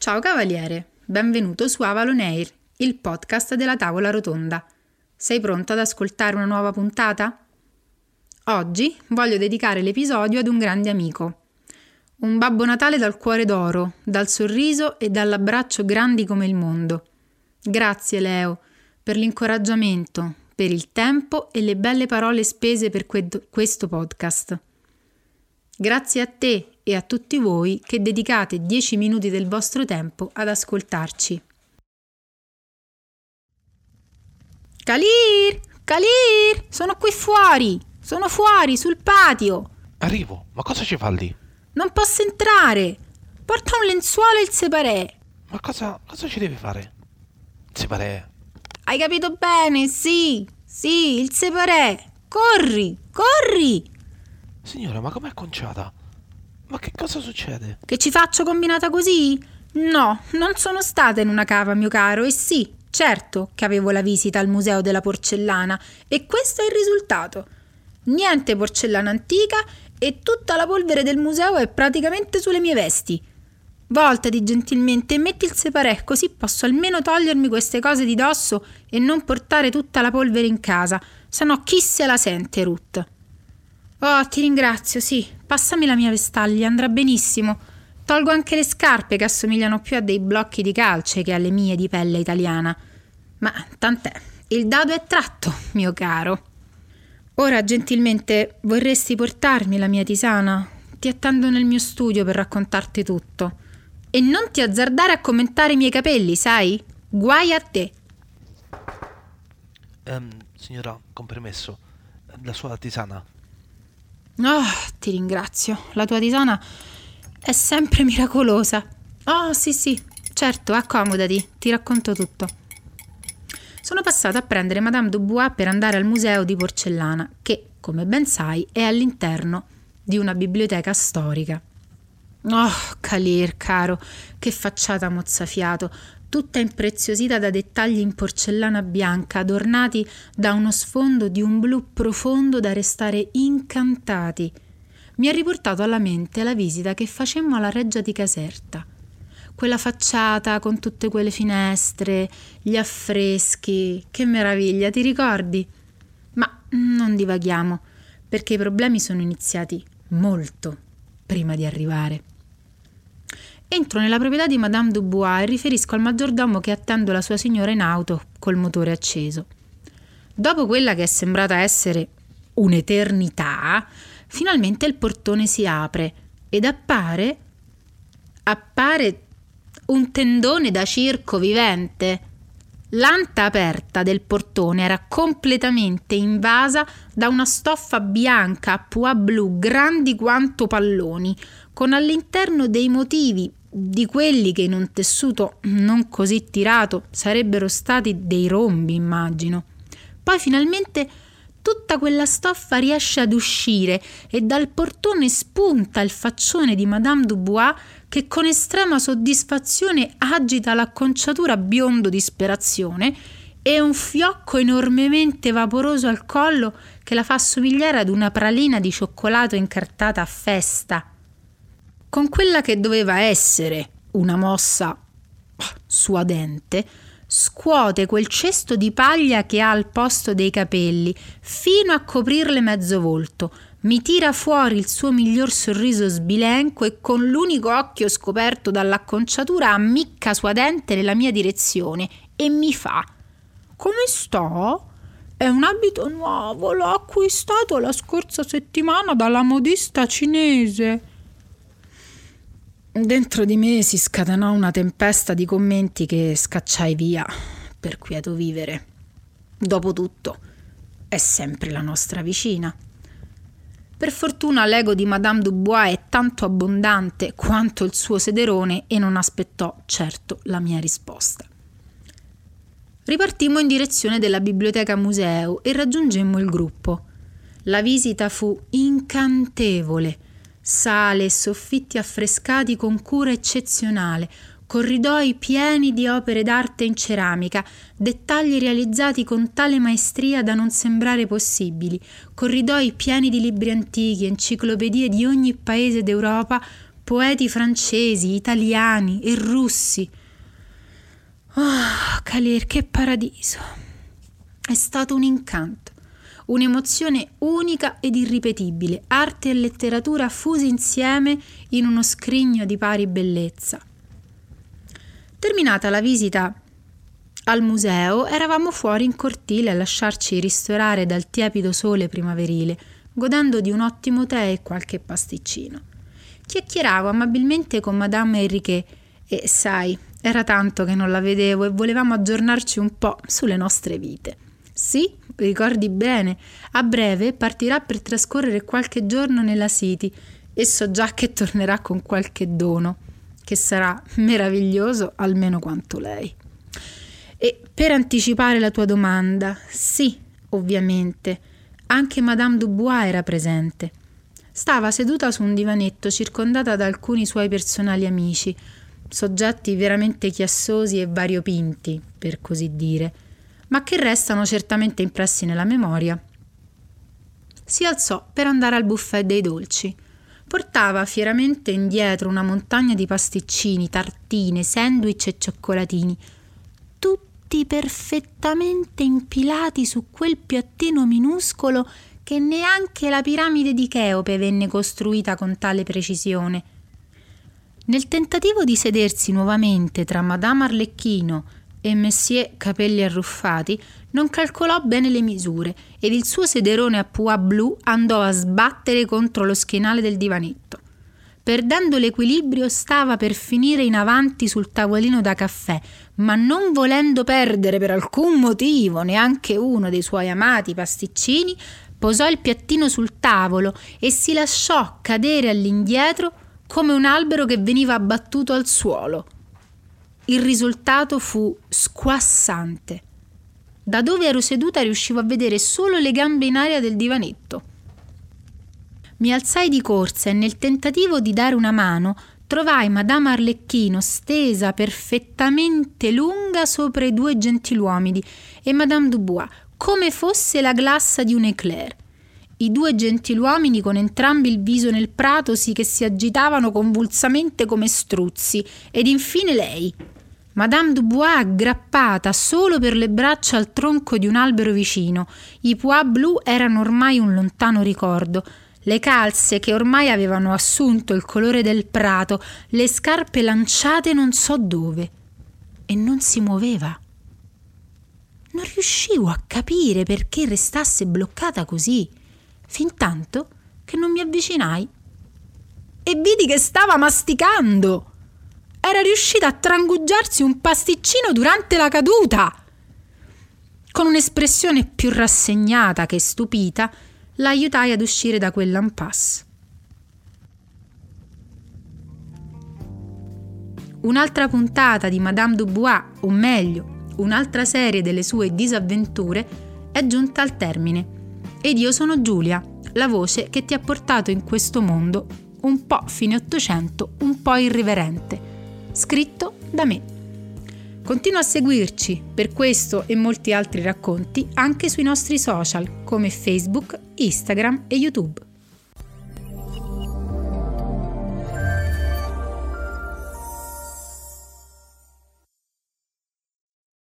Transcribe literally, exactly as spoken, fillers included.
Ciao cavaliere, benvenuto su Avalon Air, il podcast della tavola rotonda. Sei pronto ad ascoltare una nuova puntata? Oggi voglio dedicare l'episodio ad un grande amico. Un Babbo Natale dal cuore d'oro, dal sorriso e dall'abbraccio grandi come il mondo. Grazie Leo, per l'incoraggiamento, per il tempo e le belle parole spese per que- questo podcast. Grazie a te e a tutti voi che dedicate dieci minuti del vostro tempo ad ascoltarci. Kalir! Kalir! Sono qui fuori! Sono fuori, sul patio! Arrivo, ma cosa ci fa lì? Non posso entrare! Porta un lenzuolo e il separè! Ma cosa, cosa ci deve fare? Il separè? Hai capito bene, sì! Sì, il separè! Corri! Corri! Signora, ma com'è conciata? Ma che cosa succede? Che ci faccio combinata così? No, non sono stata in una cava, mio caro, e sì, certo che avevo la visita al Museo della Porcellana e questo è il risultato. Niente porcellana antica e tutta la polvere del museo è praticamente sulle mie vesti. Voltati gentilmente e metti il separè, così posso almeno togliermi queste cose di dosso e non portare tutta la polvere in casa, se no chi se la sente, Ruth? Oh, ti ringrazio, sì, passami la mia vestaglia, andrà benissimo. Tolgo anche le scarpe che assomigliano più a dei blocchi di calce che alle mie di pelle italiana. Ma tant'è, il dado è tratto, mio caro. Ora, gentilmente, vorresti portarmi la mia tisana? Ti attendo nel mio studio per raccontarti tutto. E non ti azzardare a commentare i miei capelli, sai? Guai a te. Um, signora, con permesso, la sua tisana. Oh, ti ringrazio. La tua tisana è sempre miracolosa. Oh, sì, sì, certo, accomodati, ti racconto tutto. Sono passata a prendere Madame Dubois per andare al museo di porcellana, che, come ben sai, è all'interno di una biblioteca storica. Oh, Kalir, caro, che facciata mozzafiato, tutta impreziosita da dettagli in porcellana bianca, adornati da uno sfondo di un blu profondo da restare incantati. Mi ha riportato alla mente la visita che facemmo alla Reggia di Caserta. Quella facciata con tutte quelle finestre, gli affreschi, che meraviglia, ti ricordi? Ma non divaghiamo, perché i problemi sono iniziati molto prima di arrivare. Entro nella proprietà di Madame Dubois e riferisco al maggiordomo che attendo la sua signora in auto col motore acceso. Dopo quella che è sembrata essere un'eternità, finalmente il portone si apre ed appare appare un tendone da circo vivente. L'anta aperta del portone era completamente invasa da una stoffa bianca a pois blu grandi quanto palloni, con all'interno dei motivi di quelli che in un tessuto non così tirato sarebbero stati dei rombi, immagino. Poi finalmente tutta quella stoffa riesce ad uscire e dal portone spunta il faccione di Madame Dubois che con estrema soddisfazione agita l'acconciatura biondo disperazione e un fiocco enormemente vaporoso al collo che la fa somigliare ad una pralina di cioccolato incartata a festa. Con quella che doveva essere una mossa suadente, scuote quel cesto di paglia che ha al posto dei capelli fino a coprirle mezzo volto, mi tira fuori il suo miglior sorriso sbilenco e con l'unico occhio scoperto dall'acconciatura ammicca suadente nella mia direzione e mi fa: come sto? È un abito nuovo, l'ho acquistato la scorsa settimana dalla modista cinese. Dentro di me si scatenò una tempesta di commenti che scacciai via per quieto vivere. Dopotutto, è sempre la nostra vicina. Per fortuna l'ego di Madame Dubois è tanto abbondante quanto il suo sederone e non aspettò certo la mia risposta. Ripartimmo in direzione della biblioteca museo e raggiungemmo il gruppo. La visita fu incantevole. Sale e soffitti affrescati con cura eccezionale, corridoi pieni di opere d'arte in ceramica, dettagli realizzati con tale maestria da non sembrare possibili, corridoi pieni di libri antichi, enciclopedie di ogni paese d'Europa, poeti francesi, italiani e russi. Oh, Calir, che paradiso! È stato un incanto, un'emozione unica ed irripetibile, arte e letteratura fusi insieme in uno scrigno di pari bellezza. Terminata la visita al museo, eravamo fuori in cortile a lasciarci ristorare dal tiepido sole primaverile, godendo di un ottimo tè e qualche pasticcino. Chiacchieravo amabilmente con Madame Enriquet e, sai, era tanto che non la vedevo e volevamo aggiornarci un po' sulle nostre vite. Sì, ricordi bene, a breve partirà per trascorrere qualche giorno nella City e so già che tornerà con qualche dono, che sarà meraviglioso almeno quanto lei. E per anticipare la tua domanda, sì, ovviamente, anche Madame Dubois era presente. Stava seduta su un divanetto circondata da alcuni suoi personali amici, soggetti veramente chiassosi e variopinti, per così dire, ma che restano certamente impressi nella memoria. Si alzò per andare al buffet dei dolci. Portava fieramente indietro una montagna di pasticcini, tartine, sandwich e cioccolatini, tutti perfettamente impilati su quel piattino minuscolo che neanche la piramide di Cheope venne costruita con tale precisione. Nel tentativo di sedersi nuovamente tra Madame Arlecchino e Messier Capelli Arruffati, non calcolò bene le misure ed il suo sederone a pois blu andò a sbattere contro lo schienale del divanetto. Perdendo l'equilibrio stava per finire in avanti sul tavolino da caffè, ma non volendo perdere per alcun motivo neanche uno dei suoi amati pasticcini, posò il piattino sul tavolo e si lasciò cadere all'indietro come un albero che veniva abbattuto al suolo. Il risultato fu squassante. Da dove ero seduta riuscivo a vedere solo le gambe in aria del divanetto. Mi alzai di corsa e nel tentativo di dare una mano trovai Madame Arlecchino stesa perfettamente lunga sopra i due gentiluomini e Madame Dubois come fosse la glassa di un eclair. I due gentiluomini con entrambi il viso nel prato sì che si agitavano convulsamente come struzzi ed infine lei, Madame Dubois aggrappata solo per le braccia al tronco di un albero vicino. I pois blu erano ormai un lontano ricordo. Le calze che ormai avevano assunto il colore del prato, le scarpe lanciate non so dove. E non si muoveva. Non riuscivo a capire perché restasse bloccata così, fintanto che non mi avvicinai e vidi che stava masticando. Era riuscita a trangugiarsi un pasticcino durante la caduta. Con un'espressione più rassegnata che stupita, la aiutai ad uscire da quell'impasse. Un'altra puntata di Madame Dubois, o meglio, un'altra serie delle sue disavventure, è giunta al termine. Ed io sono Giulia, la voce che ti ha portato in questo mondo un po' fine Ottocento, un po' irriverente. Scritto da me. Continua a seguirci per questo e molti altri racconti anche sui nostri social come Facebook, Instagram e YouTube.